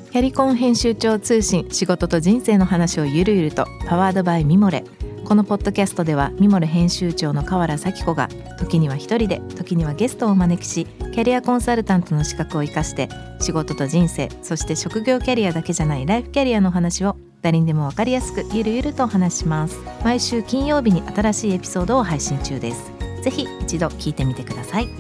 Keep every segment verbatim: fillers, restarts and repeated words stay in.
キャリコン編集長通信、仕事と人生の話をゆるゆると、パワードバイミモレ。このポッドキャストではミモレ編集長の河原咲子が時には一人で、時にはゲストをお招きし、キャリアコンサルタントの資格を生かして仕事と人生、そして職業キャリアだけじゃないライフキャリアの話を誰にでも分かりやすくゆるゆるとお話します。毎週金曜日に新しいエピソードを配信中です。ぜひ一度聞いてみてください。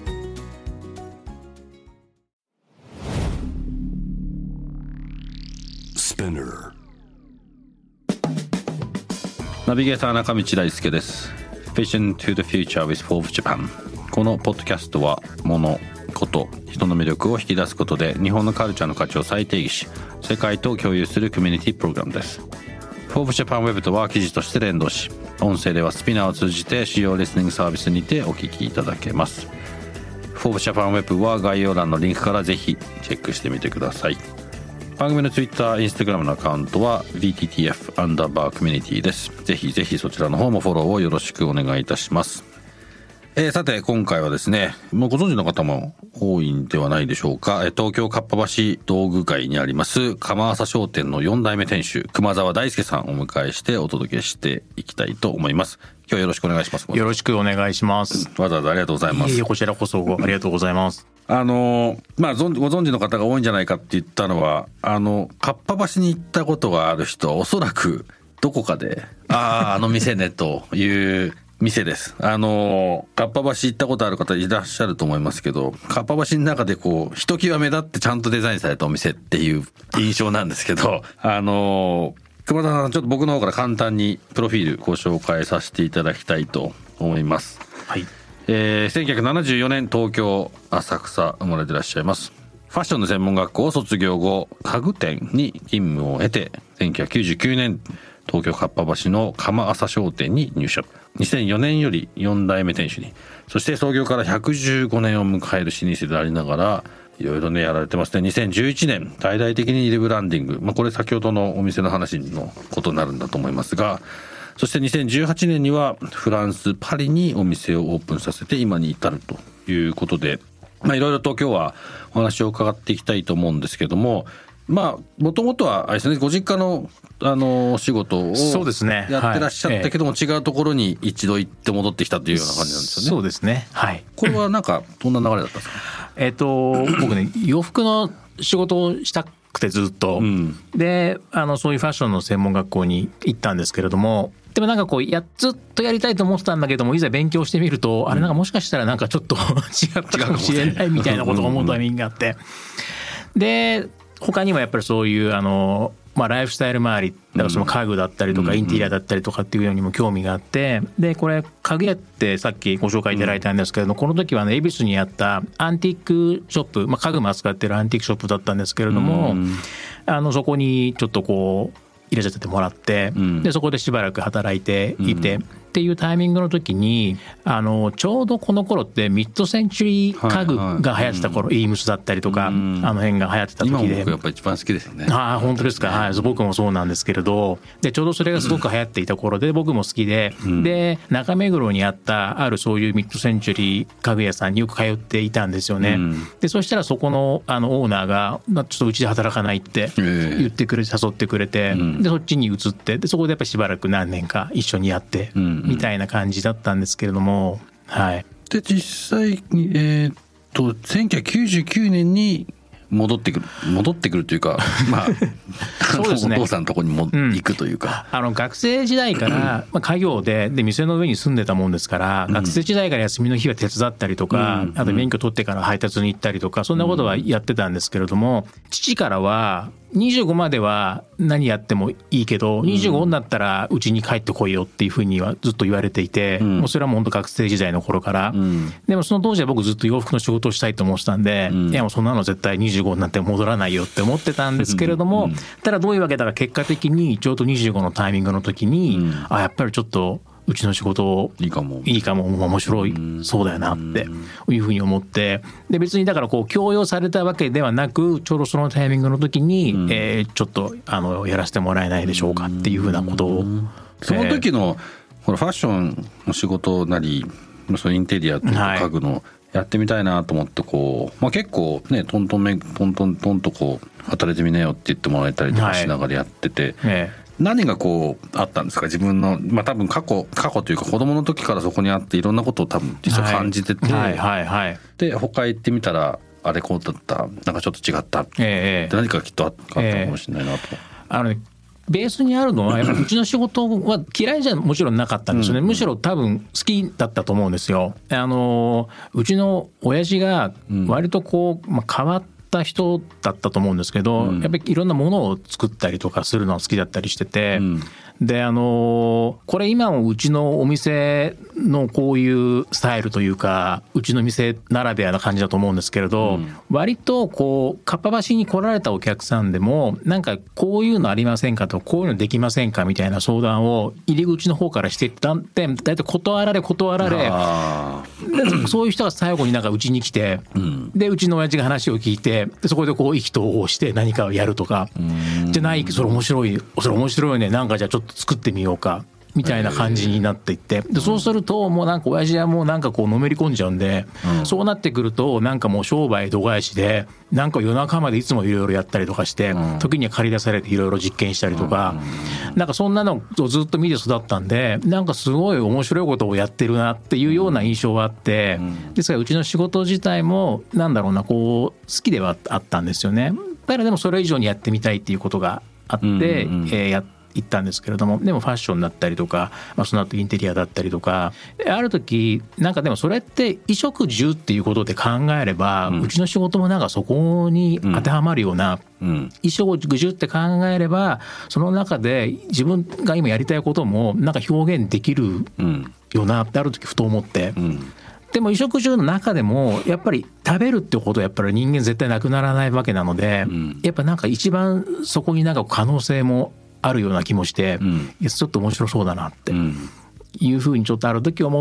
ナビゲーター中道大輔です。 Vision to the Future with Forbes Japan。 このポッドキャストは物、こと、人の魅力を引き出すことで日本のカルチャーの価値を再定義し、世界と共有するコミュニティプログラムです。 Forbes Japan Web とは記事として連動し、音声ではスピナーを通じて主要リスニングサービスにてお聞きいただけます。 Forbes Japan Web は概要欄のリンクからぜひチェックしてみてください。番組の Twitter、Instagram のアカウントは ブイティーティーエフ アンダーバーコミュニティです。ぜひぜひそちらの方もフォローをよろしくお願いいたします。えー、さて今回はですね、もうご存知の方も多いんではないでしょうか。東京かっぱ橋道具街にあります釜浅商店のよん代目店主熊澤大輔さんをお迎えしてお届けしていきたいと思います。今日はよろしくお願いします。 よろしくお願いします。 わざわざありがとうございます。 いえいえ、こちらこそありがとうございます。 あのまあご存知の方が多いんじゃないかって言ったのは、あのかっぱ橋に行ったことがある人はおそらくどこかであああの店ねという店です。あのかっぱ橋行ったことある方いらっしゃると思いますけど、かっぱ橋の中でこうひときわ目立ってちゃんとデザインされたお店っていう印象なんですけど、あの熊田さん、ちょっと僕の方から簡単にプロフィールご紹介させていただきたいと思います。 はい。 えー、せんきゅうひゃくななじゅうよねん東京浅草生まれてらっしゃいます。ファッションの専門学校を卒業後、家具店に勤務を経て、せんきゅうひゃくきゅうじゅうきゅうねん東京かっぱ橋の釜浅商店に入社。にせんよねんよりよん代目店主に、そして創業からひゃくじゅうごねんを迎える老舗でありながら、いろいろねやられてますね。にせんじゅういちねん大々的にリブランディング、まあ、これ先ほどのお店の話のことになるんだと思いますが、そしてにせんじゅうはちねんにはフランスパリにお店をオープンさせて今に至るということで、まあいろいろと今日はお話を伺っていきたいと思うんですけども、まあもともとはあれですね、ご実家のあのお仕事をやってらっしゃったけども、違うところに一度行って戻ってきたというような感じなんですよね。 そうですね。はい。 これはなんかどんな流れだったんですか。 えっと僕ね、洋服の仕事をしたくてずっと、うん、であのそういうファッションの専門学校に行ったんですけれども、でもなんかこうやずっとやりたいと思ってたんだけども、いざ勉強してみると、うん、あれなんかもしかしたらなんかちょっと違ったかもしれないみたいなことを思うタイミングがあって、で他にもやっぱりそういうあの、まあ、ライフスタイル周り、だからその家具だったりとかインテリアだったりとかっていうのにも興味があって、でこれ家具屋ってさっきご紹介いただいたんですけれども、この時はね恵比寿にあったアンティークショップ、まあ、家具も扱ってるアンティークショップだったんですけれども、あのそこにちょっとこう入れさせてもらって、でそこでしばらく働いていて、っていうタイミングの時に、あのちょうどこの頃ってミッドセンチュリー家具が流行ってた頃、イームスだったりとか、あの辺が流行ってた時で、 今僕やっぱり一番好きですよね。 ああ本当ですか。はい、僕もそうなんですけれど、でちょうどそれがすごく流行っていた頃で、僕も好きで、で中目黒にあったあるそういうミッドセンチュリー家具屋さんによく通っていたんですよね。でそしたらそこのあのオーナーがちょっとうちで働かないって言ってくれて、誘ってくれて、でそっちに移って、でそこでやっぱりしばらく何年か一緒にやって、みたいな感じだったんですけれども、はい。 で実際にえー、っとせんきゅうひゃくきゅうじゅうきゅうねんに戻ってくる戻ってくるというか、まあそうですね、お父さんのところにも行くというか、 うん、あの学生時代から、まあ、家業でで店の上に住んでたもんですから、うん、学生時代から休みの日は手伝ったりとか、うん、あと免許取ってから配達に行ったりとか、そんなことはやってたんですけれども、父からはにじゅうごまでは何やってもいいけど、にじゅうごになったらうちに帰ってこいよっていうふうにはずっと言われていて、うん、もうそれはもう本当学生時代の頃から、うん、でもその当時は僕ずっと洋服の仕事をしたいと思ってたんで、うん、いやもうそんなの絶対にじゅうごになって戻らないよって思ってたんですけれども、うん、ただどういうわけだか結果的にちょうどにじゅうごのタイミングの時に、うん、あやっぱりちょっとうちの仕事いいかもいいかも面白いそうだよなっていうふうに思って、で別にだからこう強要されたわけではなく、ちょうどそのタイミングの時に、うんえー、ちょっとあのやらせてもらえないでしょうかっていうふうなことを、 その時のこのファッションの仕事なり、そのインテリアというか家具のやってみたいなと思ってこう、まあ、結構ねトントンめトントントンとこう働いてみなよって言ってもらえたりとかしながらやってて、はいね、何がこうあったんですか自分の、まあ、多分過去過去というか子供の時からそこにあっていろんなことを多分実は感じてて、 はいはいはいはい、 で他行ってみたらあれこうだったなんかちょっと違ったって、 えー、 何かきっとあったかもしれないなと、えー、 あのねベースにあるのはやっぱうちの仕事は嫌いじゃもちろんなかったんですよね、うん、むしろ多分好きだったと思うんですよ。あのうちの親父が割とこう、まあ、変わった人だったと思うんですけど、うん、やっぱりいろんなものを作ったりとかするのが好きだったりしてて、うん、であのこれ今もうちのお店のこういうスタイルというかうちの店ならではな感じだと思うんですけれど、うん、割とこうかっぱ橋に来られたお客さんでもなんかこういうのありませんかとこういうのできませんかみたいな相談を入り口の方からしていったんでだいたい断られ断られでそういう人が最後になんかうちに来て、うん、でうちの親父が話を聞いてでそこでこう意気投合して何かをやるとかじゃないそれ面白いそれ面白いよねなんかじゃあちょっと作ってみようかみたいな感じになっていってでそうするともうなんか親父はもうなんかこうのめり込んじゃうんで、うん、そうなってくるとなんかもう商売度外視でなんか夜中までいつもいろいろやったりとかして、うん、時には借り出されていろいろ実験したりとか、うん、なんかそんなのをずっと見て育ったんでなんかすごい面白いことをやってるなっていうような印象はあって、うん、ですからうちの仕事自体もなんだろうなこう好きではあったんですよね。だからでもそれ以上にやってみたいっていうことがあって、うんうんえー、やって行ったんですけれどもでもファッションだったりとか、まあ、その後インテリアだったりとかある時なんかでもそれって衣食住っていうことで考えれば、うん、うちの仕事もなんかそこに当てはまるような、うん、衣食住って考えればその中で自分が今やりたいこともなんか表現できるよなってある時ふと思って、うん、でも衣食住の中でもやっぱり食べるってことはやっぱり人間絶対なくならないわけなので、うん、やっぱなんか一番そこになんか可能性もあるような気もして、うん、いやちょっと面白そうだなっていうふうにちょっとある時思って、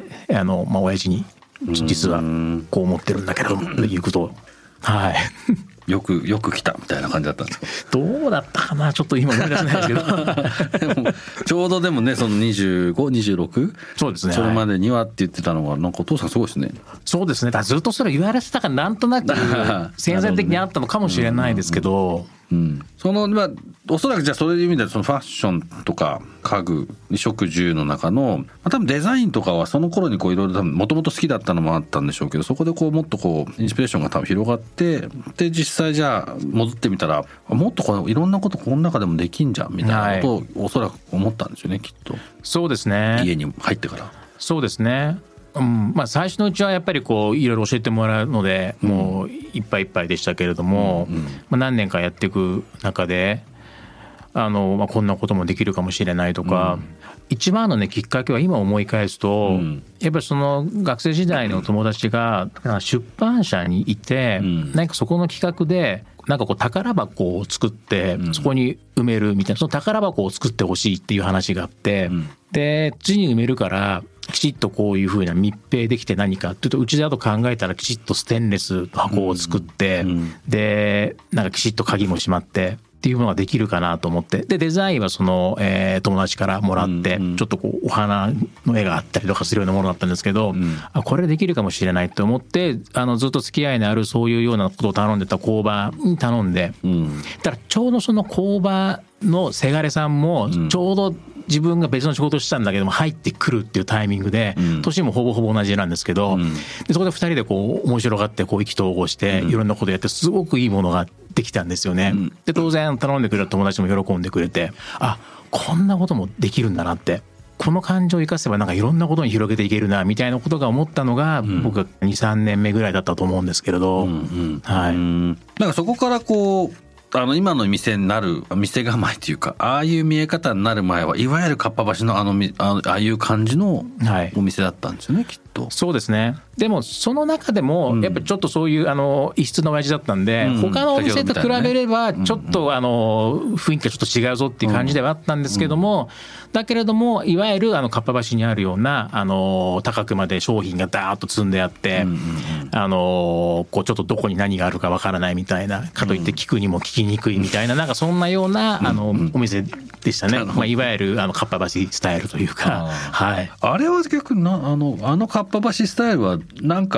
うん、あのまあ親父に実はこう思ってるんだけど、うん、ということをはいよくよく来たみたいな感じだったんですか。 どうだったかなちょっと今思い出せないですけどでもちょうどでもねそのにじゅうご、にじゅうろくそうですねそれまでにはって言ってたのがなんかお父さんすごいですね。 そうですねだずっとそれ言われてたからなんとなく潜在的にあったのかもしれないですけどうん、そのまあおそらくじゃあそういう意味でそのファッションとか家具衣食住の中の、まあ、多分デザインとかはその頃にこういろいろもともと好きだったのもあったんでしょうけどそこでこうもっとこうインスピレーションが多分広がってで実際じゃあ戻ってみたらもっとこういろんなことこの中でもできんじゃんみたいなことをおそらく思ったんですよねきっと。 そうですね家に入ってから。 そうですねうんまあ、最初のうちはやっぱりこういろいろ教えてもらうので、うん、もういっぱいいっぱいでしたけれども、うんうんまあ、何年かやっていく中であの、まあ、こんなこともできるかもしれないとか、うん、一番の、ね、きっかけは今思い返すと、うん、やっぱりその学生時代の友達が出版社にいて、うん、何かそこの企画でなんかこう宝箱を作ってそこに埋めるみたいなその宝箱を作ってほしいっていう話があって、うん、で土に埋めるからきちっとこういう風な密閉できて何かっていうとうちだと考えたらきちっとステンレスの箱を作って、うんうん、でなんかきちっと鍵も閉まってっていうものができるかなと思ってでデザインはその、えー、友達からもらって、うんうん、ちょっとこうお花の絵があったりとかするようなものだったんですけど、うん、あこれできるかもしれないと思ってあのずっと付き合いのあるそういうようなことを頼んでた工場に頼んで、うん、だからちょうどその工場のせがれさんもちょうど自分が別の仕事をしたんだけども入ってくるっていうタイミングで、うん、年もほぼほぼ同じなんですけど、うん、でそこでふたりでこう面白がってこう意気投合していろんなことやってすごくいいものができたんですよね、うん、で当然頼んでくれた友達も喜んでくれてあこんなこともできるんだなってこの感情を生かせばなんかいろんなことに広げていけるなみたいなことが思ったのが、うん、僕が にさんねんめぐらいだったと思うんですけれど、うんうんはい、 なんかそこからこうあの今の店になる店構えというかああいう見え方になる前はいわゆるかっぱ橋のあのああいう感じのお店だったんですよね、はい、きっと。 そうですね。でもその中でもやっぱりちょっとそういうあの異質の親父だったんで、うん、他のお店と比べればちょっとあの雰囲気がちょっと違うぞっていう感じではあったんですけども、だけれどもいわゆるあのかっぱ橋にあるようなあの高くまで商品がダーッと積んであって、あのこうちょっとどこに何があるかわからないみたいなかといって聞くにも聞きにくいみたいななんかそんなようなあのお店でしたね。まあいわゆるあのかっぱ橋スタイルというか、はい。 あれは逆になあのあのかっぱ橋スタイルはなんか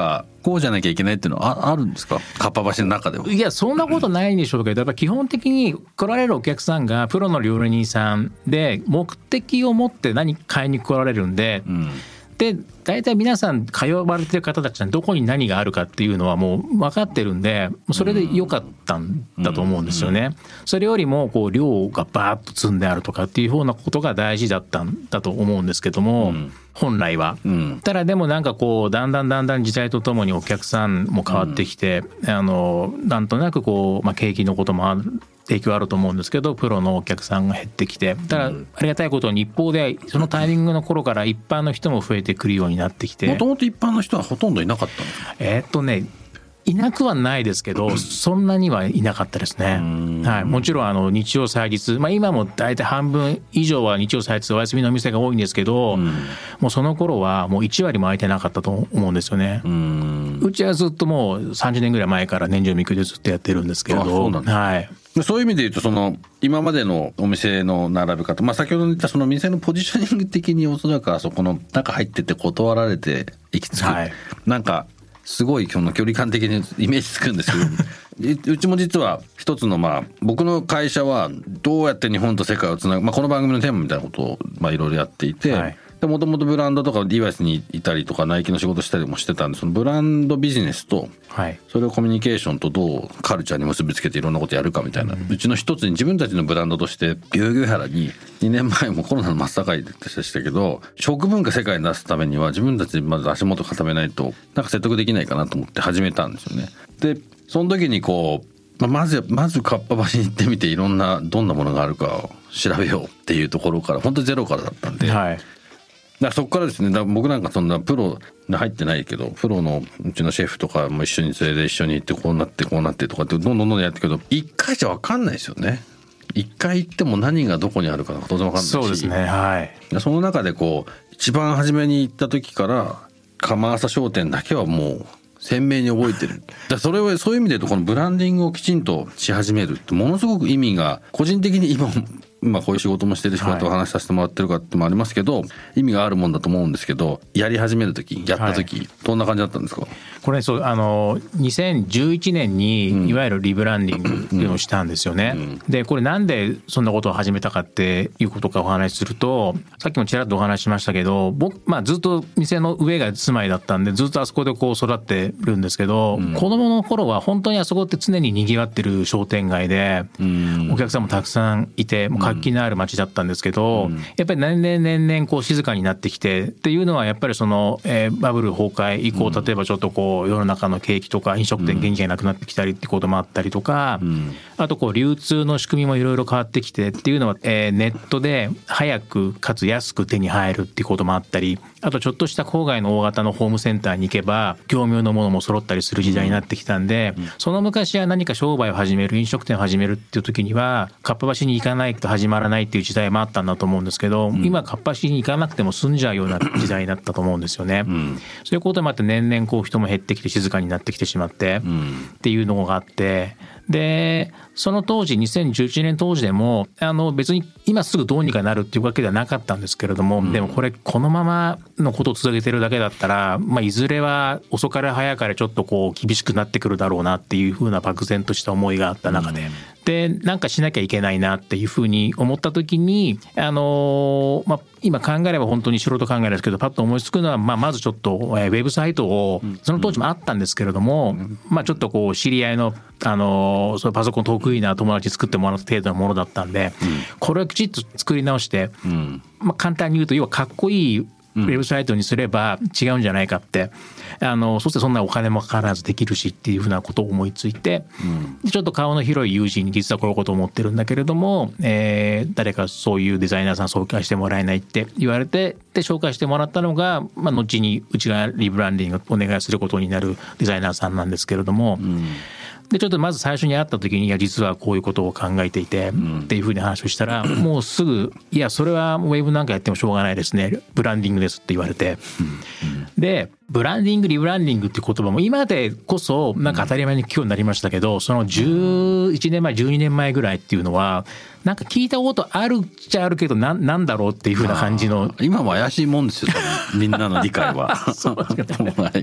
こうじゃなきゃいけないっていうのは あ, あるんですか、かっぱ橋の中では。 いやそんなことないんでしょうけど、やっぱ基本的に来られるお客さんがプロの料理人さんで目的を持って何買いに来られるんで、うん、で大体皆さん通われてる方たちはどこに何があるかっていうのはもう分かってるんで、それで良かったんだと思うんですよね。それよりもこう量がバーッと積んであるとかっていうようなことが大事だったんだと思うんですけども、うん、本来は、うん、ただでもなんかこうだんだんだんだん時代とともにお客さんも変わってきて、うん、あのなんとなくこう、まあ、景気のこともある影響あると思うんですけど、プロのお客さんが減ってきて、ただありがたいことに一方でそのタイミングの頃から一般の人も増えてくるようになってきて、 もともと一般の人はほとんどいなかったんですか？ えーっとねいなくはないですけど、そんなにはいなかったですね。はい、もちろんあの日曜祭日、まあ、今も大体半分以上は日曜祭日お休みのお店が多いんですけど、もうその頃はもういち割も空いてなかったと思うんですよね。うちはずっともうさんじゅうねんぐらい前から年中無休でずっとやってるんですけれど、 そうなんです、はい、そういう意味で言うとその今までのお店の並び方、まあ、先ほど言ったその店のポジショニング的におそらくあそこの中入ってて断られて行き着く、はい、なんかすごいその距離感的にイメージつくんですけどうちも実は一つのまあ僕の会社はどうやって日本と世界をつなぐ、まあ、この番組のテーマみたいなことをまあいろいろやっていて、はい、もともとブランドとかリーバイスにいたりとかナイキの仕事したりもしてたんで、そのブランドビジネスとそれをコミュニケーションとどうカルチャーに結びつけていろんなことやるかみたいな、うん、うちの一つに自分たちのブランドとして代々木原ににねんまえもコロナの真っ盛りでしたけど、食文化世界に出すためには自分たちでまず足元固めないとなんか説得できないかなと思って始めたんですよね。でその時にこうまずまずかっぱ橋に行ってみていろんなどんなものがあるかを調べようっていうところから本当にゼロからだったんで、はい、だからそこからですね、だから僕なんかそんなプロに入ってないけどプロのうちのシェフとかも一緒に連れて一緒に行ってこうなってこうなってとかってどんどんどんどんやってるけど一回じゃ分かんないですよね。一回行っても何がどこにあるか当然分かんないし、 そうですね、はい、 その中でこう一番初めに行った時から釜浅商店だけはもう鮮明に覚えてる。だそれをそういう意味で言うとこのブランディングをきちんとし始めるってものすごく意味が個人的に今今こういう仕事もしてる仕事を話させてもらってるかってもありますけど、はい、意味があるもんだと思うんですけど、やり始める時やった時、はい、どんな感じだったんですか？ これそうあのにせんじゅういちねんにいわゆるリブランディングっていうのをしたんですよね、うんうん、でこれなんでそんなことを始めたかっていうことかお話しすると、さっきもちらっとお話ししましたけど僕、まあ、ずっと店の上が住まいだったんでずっとあそこでこう育ってるんですけど、うん、子供の頃は本当にあそこって常に賑わってる商店街で、うん、お客さんもたくさんいてもう活気のある街だったんですけど、うん、やっぱり年々年々こう静かになってきてっていうのはやっぱりその、えー、バブル崩壊以降、例えばちょっとこう世の中の景気とか飲食店元気がなくなってきたりってこともあったりとか、うん、あとこう流通の仕組みもいろいろ変わってきてっていうのは、えー、ネットで早くかつ安く手に入るっていうこともあったり、あとちょっとした郊外の大型のホームセンターに行けば業務用のものも揃ったりする時代になってきたんで、うんうん、その昔は何か商売を始める飲食店を始めるっていう時にはかっぱ橋に行かないと始まらないっていう時代もあったんだと思うんですけど、うん、今かっぱ橋に行かなくても済んじゃうような時代になったと思うんですよね、うん、そういうこともあって年々こう人も減ってきて静かになってきてしまって、うん、っていうのがあって、でその当時にせんじゅういちねん当時でもあの別に今すぐどうにかなるっていうわけではなかったんですけれども、うん、でもこれこのままのことを続けてるだけだったら、まあ、いずれは遅かれ早かれちょっとこう厳しくなってくるだろうなっていうふうな漠然とした思いがあった中で、うん、でなんかしなきゃいけないなっていうふうに思った時にあのーまあ今考えれば本当に素人考えですけどパッと思いつくのは、まあ、まずちょっとウェブサイトをその当時もあったんですけれども、まあ、ちょっとこう知り合いの、あのそのパソコン得意な友達に作ってもらった程度のものだったんで、これをきちっと作り直して、まあ、簡単に言うと要はかっこいいウェブサイトにすれば違うんじゃないかって、あのそしてそんなお金もかからずできるしっていうふうなことを思いついて、うん、ちょっと顔の広い友人に実はこういうことを思ってるんだけれども、えー、誰かそういうデザイナーさん紹介してもらえないって言われて、で紹介してもらったのが、まあ、後にうちがリブランディングをお願いすることになるデザイナーさんなんですけれども、うんでちょっとまず最初に会った時にいや実はこういうことを考えていてっていうふうに話をしたら、もうすぐいやそれはウェブなんかやってもしょうがないですね、ブランディングですって言われて、でブランディングリブランディングって言葉も今でこそなんか当たり前に聞くようになりましたけど、そのじゅういちねんまえじゅうにねんまえぐらいっていうのはなんか聞いたことあるっちゃあるけど な, なんだろうっていうふうな感じの、 今も怪しいもんですよみんなの理解はそうですか、ねはい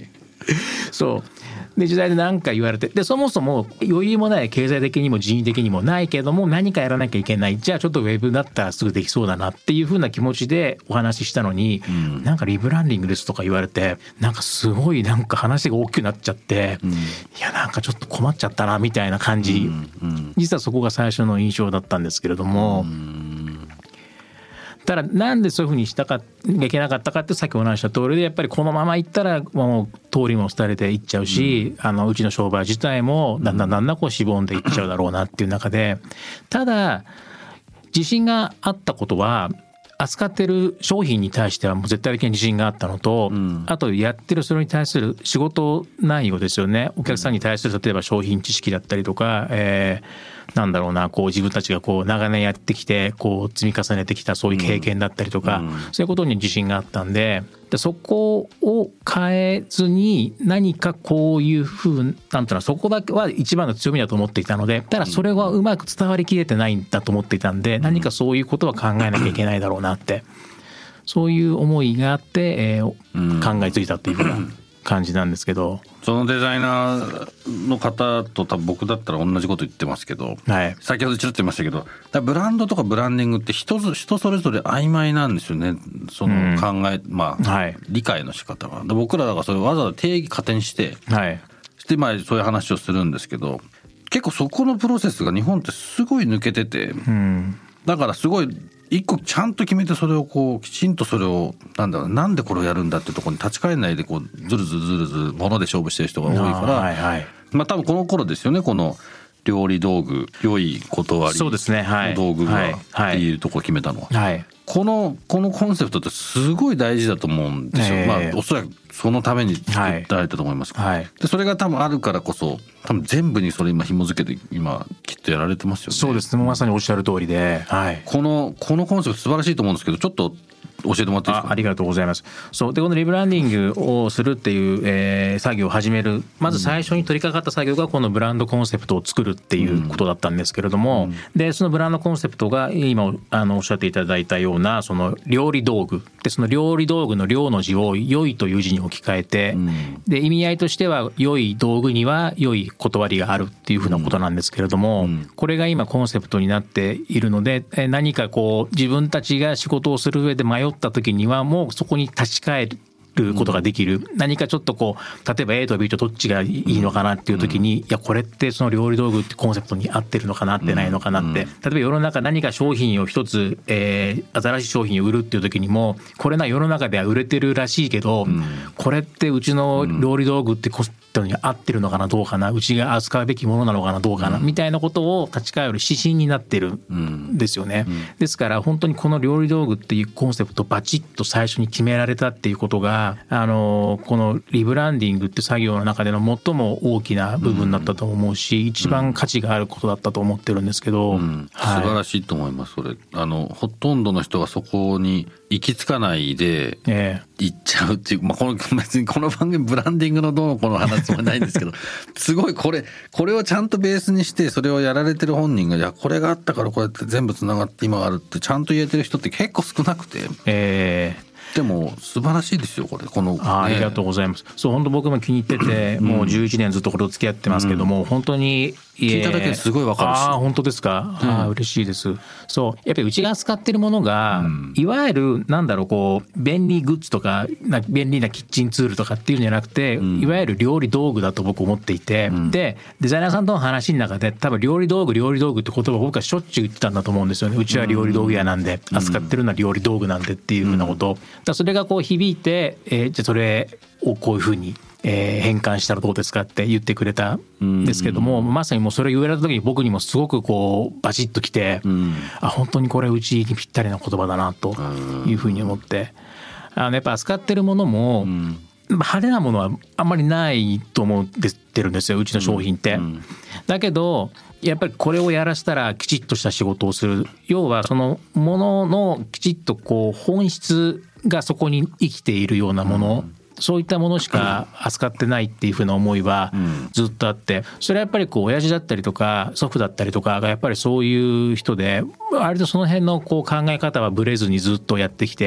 そうで時代で何か言われて、でそもそも余裕もない、経済的にも人為的にもないけども何かやらなきゃいけない、じゃあちょっとウェブだったらすぐできそうだなっていう風な気持ちでお話ししたのに、うん、なんかリブランディングですとか言われて、なんかすごいなんか話が大きくなっちゃって、うん、いやなんかちょっと困っちゃったなみたいな感じ、うんうん、実はそこが最初の印象だったんですけれども、うんただなんでそういうふうにしたかいけなかったかってさっきお話した通りで、やっぱりこのままいったらもう通りも廃れていっちゃうし、うん、あのうちの商売自体もだんだんだんだんこうしぼんでいっちゃうだろうなっていう中で、ただ自信があったことは扱ってる商品に対してはもう絶対的に自信があったのと、うん、あとやってるそれに対する仕事内容ですよね。お客さんに対する例えば商品知識だったりとか、えーなんだろうな、こう自分たちがこう長年やってきてこう積み重ねてきたそういう経験だったりとか、うん、そういうことに自信があったんで、でそこを変えずに何かこういうふうなんていうの、そこだけは一番の強みだと思っていたので、ただそれはうまく伝わりきれてないんだと思っていたんで、何かそういうことは考えなきゃいけないだろうなって、そういう思いがあって、えー、考えついたっていうふうな感じなんですけど、 そのデザイナーの方と多分僕だったら同じこと言ってますけど、はい、先ほどちらっと言いましたけど、だブランドとかブランディングって人人それぞれ曖昧なんですよね、その考え、うん、まあ、はい、理解の仕方が。僕らだからそれをわざわざ定義勝手にして、はい、してまあそういう話をするんですけど、結構そこのプロセスが日本ってすごい抜けてて、うん、だからすごい一個ちゃんと決めて、それをこうきちんとそれをなんだろう、なんでこれをやるんだってところに立ち返らないでこうずるずるずるずるもので勝負してる人が多いから、はいはい、まあ多分この頃ですよね、この料理道具良い断りの道具がっていうところを決めたのは、はいはい、このこのコンセプトってすごい大事だと思うんですよ、えー、まあおそらくそのために作られたと思いますから、はい、でそれが多分あるからこそ多分全部にそれ今紐付けて今きっとやられてますよね。 そうですね、まさにおっしゃる通りで、はい、 このこのコンセプト素晴らしいと思うんですけど、ちょっと教えてもらっていいですか。 あ, ありがとうございます。そうで、このリブランディングをするっていう、えー、作業を始める、まず最初に取り掛かった作業がこのブランドコンセプトを作るっていうことだったんですけれども、うん、でそのブランドコンセプトが今あのおっしゃっていただいたようなその料理道具で、その料理道具の料の字を良いという字に置き換えて、うん、で意味合いとしては良い道具には良い断りがあるっていうふうなことなんですけれども、うん、これが今コンセプトになっているので、何かこう自分たちが仕事をする上で迷った時にはもうそこに立ち返ることができる、うん、何かちょっとこう例えば A と B とどっちがいいのかなっていう時に、うん、いやこれってその料理道具ってコンセプトに合ってるのかなってないのかなって、うん、例えば世の中何か商品を一つ、えー、新しい商品を売るっていう時にもこれな世の中では売れてるらしいけど、うん、これってうちの料理道具ってコンセプトに合ってるのかなどうかな、うちが扱うべきものなのかなどうかな、うん、みたいなことを立ち返る指針になってるんですよね、うんうん、ですから本当にこの料理道具っていうコンセプトをバチッと最初に決められたっていうことが、あのこのリブランディングって作業の中での最も大きな部分だったと思うし、うん、一番価値があることだったと思ってるんですけど、うんはい、素晴らしいと思います。それあのほとんどの人がそこに行き着かないで行っちゃうっていう、まあ、この別にこの番組ブランディングのどうのこうの話もないんですけどすごいこれこれをちゃんとベースにしてそれをやられてる本人がいやこれがあったからこうやって全部つながって今あるってちゃんと言えてる人って結構少なくて、えーでも素晴らしいですよこれこの、ね、 あ, ありがとうございます。そう本当僕も気に入ってて、うん、もうじゅういちねんずっとこれを付き合ってますけども、うん、本当に聞いただけですごいわかるし、 あ本当ですか、うん、あ嬉しいです。そうやっぱりうちが扱ってるものが、うん、いわゆるなんだろうこう便利グッズとかな便利なキッチンツールとかっていうんじゃなくて、うん、いわゆる料理道具だと僕思っていて、うん、でデザイナーさんとの話の中で多分料理道具料理道具って言葉を僕はしょっちゅう言ってたんだと思うんですよね。うちは料理道具屋なんで、うん、扱ってるのは料理道具なんでっていうふうなこと、うん、だそれがこう響いて、えー、じゃあそれをこういうふうにえー、変換したらどうですかって言ってくれたんですけども、まさにもうそれを言われた時に僕にもすごくこうバチッときて、あ本当にこれうちにぴったりな言葉だなというふうに思って、あのやっぱ扱ってるものも派手なものはあんまりないと思ってるんですようちの商品って。だけどやっぱりこれをやらせたらきちっとした仕事をする、要はそのもののきちっとこう本質がそこに生きているようなもの、そういったものしか扱ってないっていう風な思いはずっとあって、それはやっぱりこう親父だったりとか祖父だったりとかがやっぱりそういう人で割とその辺のこう考え方はブレずにずっとやってきて、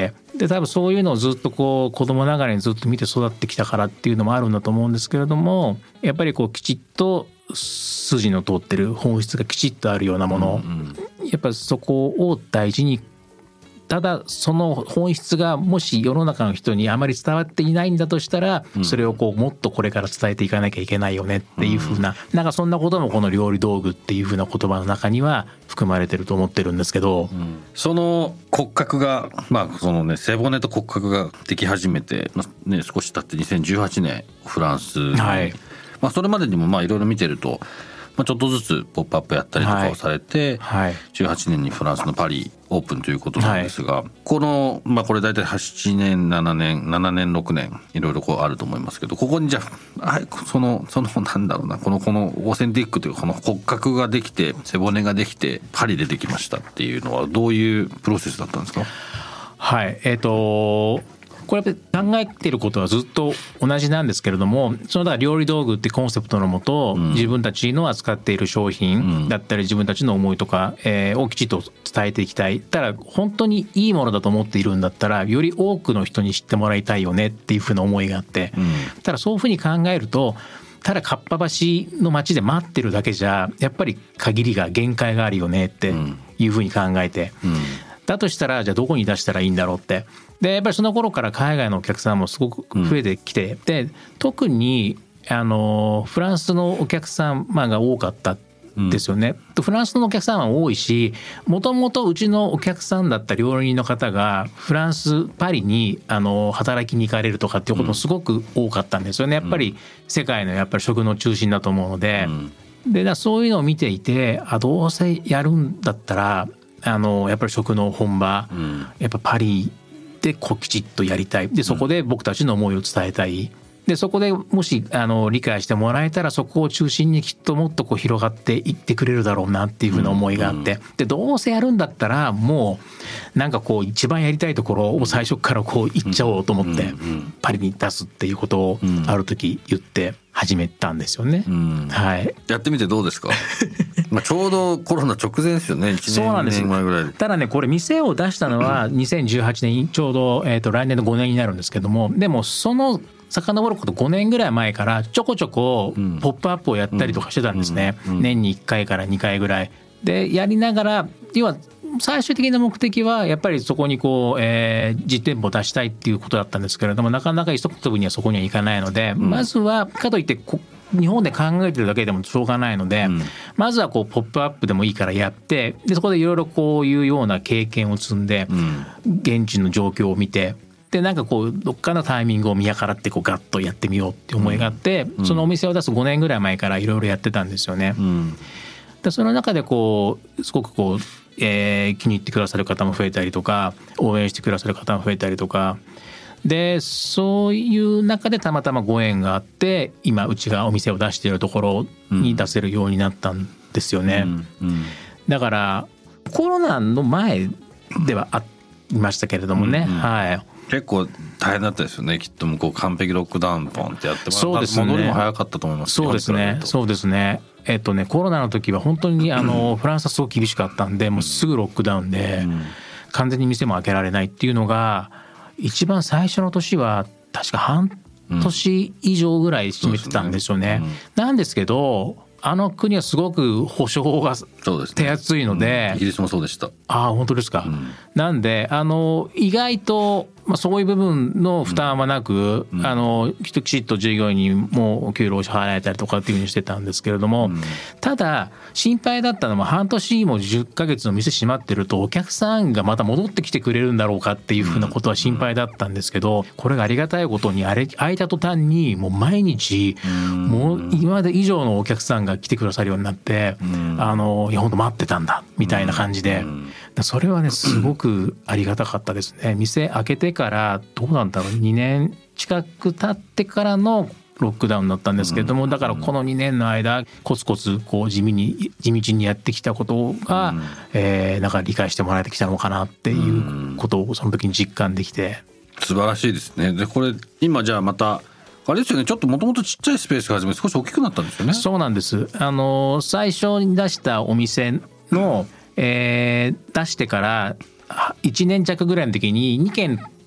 で多分そういうのをずっとこう子供ながらにずっと見て育ってきたからっていうのもあるんだと思うんですけれども、やっぱりこうきちっと筋の通ってる本質がきちっとあるようなもの、うんうん、やっぱそこを大事に、ただその本質がもし世の中の人にあまり伝わっていないんだとしたら、うん、それをこうもっとこれから伝えていかなきゃいけないよねっていう風な、うん、なんかそんなこともこの料理道具っていう風な言葉の中には含まれてると思ってるんですけど、うん、 その骨格がまあそのね背骨と骨格ができ始めて、まあね、少し経ってにせんじゅうはちねんフランス、はいまあ、それまでにもまあいろいろ見てると、まあ、ちょっとずつポップアップやったりとかをされて、はいはい、じゅうはちねんにフランスのパリオープンということなんですが、はい、この、まあ、これ大体はちねんななねんななねんろくねんいろいろこうあると思いますけど、ここにじゃあそのそのなんだろうなこのこのオーセンティックというこの骨格ができて背骨ができてパリでできましたっていうのはどういうプロセスだったんですか？ はいえーとこれ考えていることはずっと同じなんですけれども、そのだから料理道具ってコンセプトのもと、うん、自分たちの扱っている商品だったり自分たちの思いとか、えー、をきちっと伝えていきたい。ただ本当にいいものだと思っているんだったらより多くの人に知ってもらいたいよねっていうふうな思いがあって、うん、ただそういうふうに考えるとただかっぱ橋の街で待ってるだけじゃやっぱり限りが限界があるよねっていうふうに考えて、うん、だとしたらじゃあどこに出したらいいんだろうって。でやっぱりその頃から海外のお客さんもすごく増えてきて、うん、で特にあのフランスのお客様が多かったですよね、うん、フランスのお客さんは多いし、もともとうちのお客さんだった料理人の方がフランスパリにあの働きに行かれるとかっていうこともすごく多かったんですよね。やっぱり世界のやっぱり食の中心だと思うので、うん、でだそういうのを見ていて、あどうせやるんだったらあのやっぱり食の本場、うん、やっぱパリでこうきちっとやりたい。でそこで僕たちの思いを伝えたい。でそこでもしあの理解してもらえたらそこを中心にきっともっとこう広がっていってくれるだろうなっていうふうな思いがあって、でどうせやるんだったらもうなんかこう一番やりたいところを最初からこう行っちゃおうと思ってパリに出すっていうことをある時言って始めたんですよね、うんはい、 やってみてどうですか？まあちょうどコロナ直前ですよね。いちねんそうなんです前ぐらいで。 ただねこれ店を出したのはにせんじゅうはちねんちょうど、えーと来年のごねんになるんですけども、でもその遡ることごねんぐらい前からちょこちょこポップアップをやったりとかしてたんですね、うんうんうん、年にいっかいからにかいぐらいでやりながら、要は最終的な目的はやっぱりそこにこう、えー、実店舗を出したいっていうことだったんですけれども、なかなか一足飛びにはそこにはいかないので、うん、まずはかといってこ日本で考えてるだけでもしょうがないので、うん、まずはこうポップアップでもいいからやって、でそこでいろいろこういうような経験を積んで、うん、現地の状況を見て、でなんかこうどっかのタイミングを見計らってこうガッとやってみようって思いがあって、うん、そのお店を出すごねんぐらい前からいろいろやってたんですよね、うん、でその中でこうすごくこう、えー、気に入ってくださる方も増えたりとか応援してくださる方も増えたりとかで、そういう中でたまたまご縁があって今うちがお店を出しているところに出せるようになったんですよね、うんうん、だからコロナの前ではありましたけれどもね、うんうん、はい結構大変だったですよね。きっと向こう完璧ロックダウンポンってやって、 そうですね、 戻りも早かったと思います。 そうですねそうですねえっとねコロナの時は本当にあのフランスはすごく厳しかったんで、もうすぐロックダウンで完全に店も開けられないっていうのが一番最初の年は確か半年以上ぐらい占めてたんですよね、うんうん、なんですけどあの国はすごく保証が手厚いので、 ねうん、イギリスもそうでした。 ああ本当ですか、うん、なんであの意外と、まあ、そういう部分の負担はなく、うん、あのきちっと従業員にもお給料を支払えたりとかっていうふうにしてたんですけれども、うん、ただ心配だったのは半年もじゅっかげつの店閉まってるとお客さんがまた戻ってきてくれるんだろうかっていうふうなことは心配だったんですけど、これがありがたいことにあれ開いた途端にもう毎日もう今まで以上のお客さんが来てくださるようになって、あのいや本当待ってたんだみたいな感じで、それはねすごくありがたかったですね。店開けてからどうなんだろうにねん近く経ってからのロックダウンだったんですけれども、だからこのにねんの間コツコツこう地味に地道にやってきたことが、えー、なんか理解してもらえてきたのかなっていうことをその時に実感できて、 素晴らしいですね。でこれ今じゃあまたあれですよね、ちょっともともとちっちゃいスペースが始め少し大きくなったんですよね。 そうなんです。あの最初に出したお店の、えー、出してからいちねん弱ぐらいの時ににけん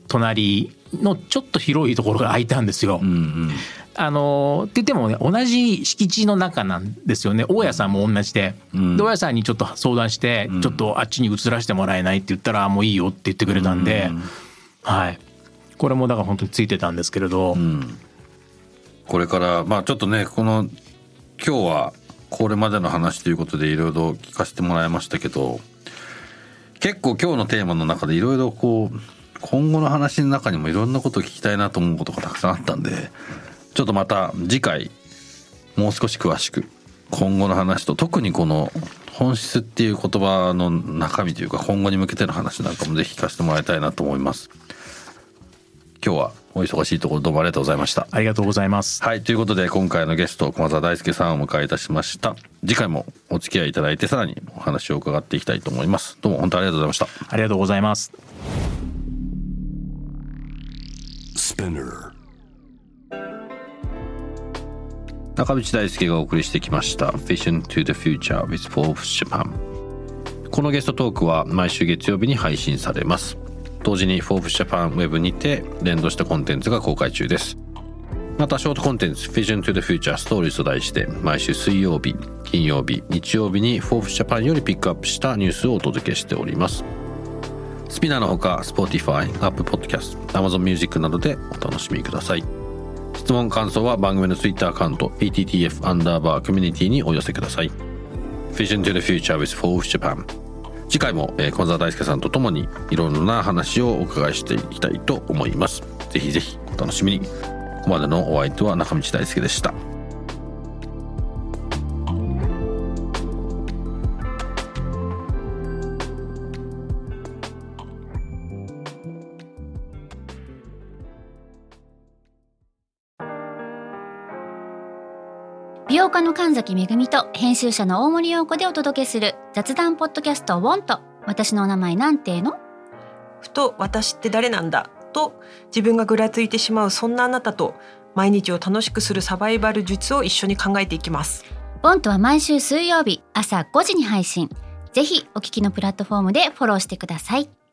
隣のちょっと広いところが空いたんですよ。 うんうん、 あのって言ってもね同じ敷地の中なんですよね。大家さんも同じで、うん、で大家さんにちょっと相談して、うん、ちょっとあっちに移らせてもらえないって言ったらもういいよって言ってくれたんで、うん、はい、これもだから本当についてたんですけれど、うん、 これからまあちょっとねこの今日はこれまでの話ということでいろいろ聞かせてもらいましたけど、結構今日のテーマの中でいろいろこう今後の話の中にもいろんなことを聞きたいなと思うことがたくさんあったんで、ちょっとまた次回もう少し詳しく今後の話と特にこの本質っていう言葉の中身というか今後に向けての話なんかもぜひ聞かせてもらいたいなと思います。今日はお忙しいところどうもありがとうございました。 ありがとうございます。 はい、ということで今回のゲスト駒澤大輔さんをお迎えいたしました。次回もお付き合いいただいてさらにお話を伺っていきたいと思います。どうも本当にありがとうございました。 ありがとうございます。 中道大輔がお送りしてきました Vision to the Future with Forbes Japan。 このゲストトークは毎週月曜日に配信されます。同時に Forbes Japan ウェブにて連動したコンテンツが公開中です。またショートコンテンツ Vision to the Future Stories と題して毎週水曜日、金曜日、日曜日に Forbes Japan よりピックアップしたニュースをお届けしております。スピナーのほか Spotify、Apple Podcast、Amazon Music などでお楽しみください。質問感想は番組の Twitter アカウント ピーティーティーエフ アンダーバーコミュニティにお寄せください。 Vision to the Future with Forbes Japan。 次回も、えー、駒澤大輔さんとともにいろんな話をお伺いしていきたいと思います。ぜひぜひお楽しみに。ここまでのお相手は中道大輔でした。 美容家の神崎めぐみと編集者の大森洋子でお届けする雑談ポッドキャストウォンと私のお名前なんていうの？ ふと私って誰なんだと自分がぐらついてしまうそんなあなたと毎日を楽しくするサバイバル術を一緒に考えていきます。 ウォンとは毎週水曜日朝ごじに配信。ぜひお聞きのプラットフォームでフォローしてください。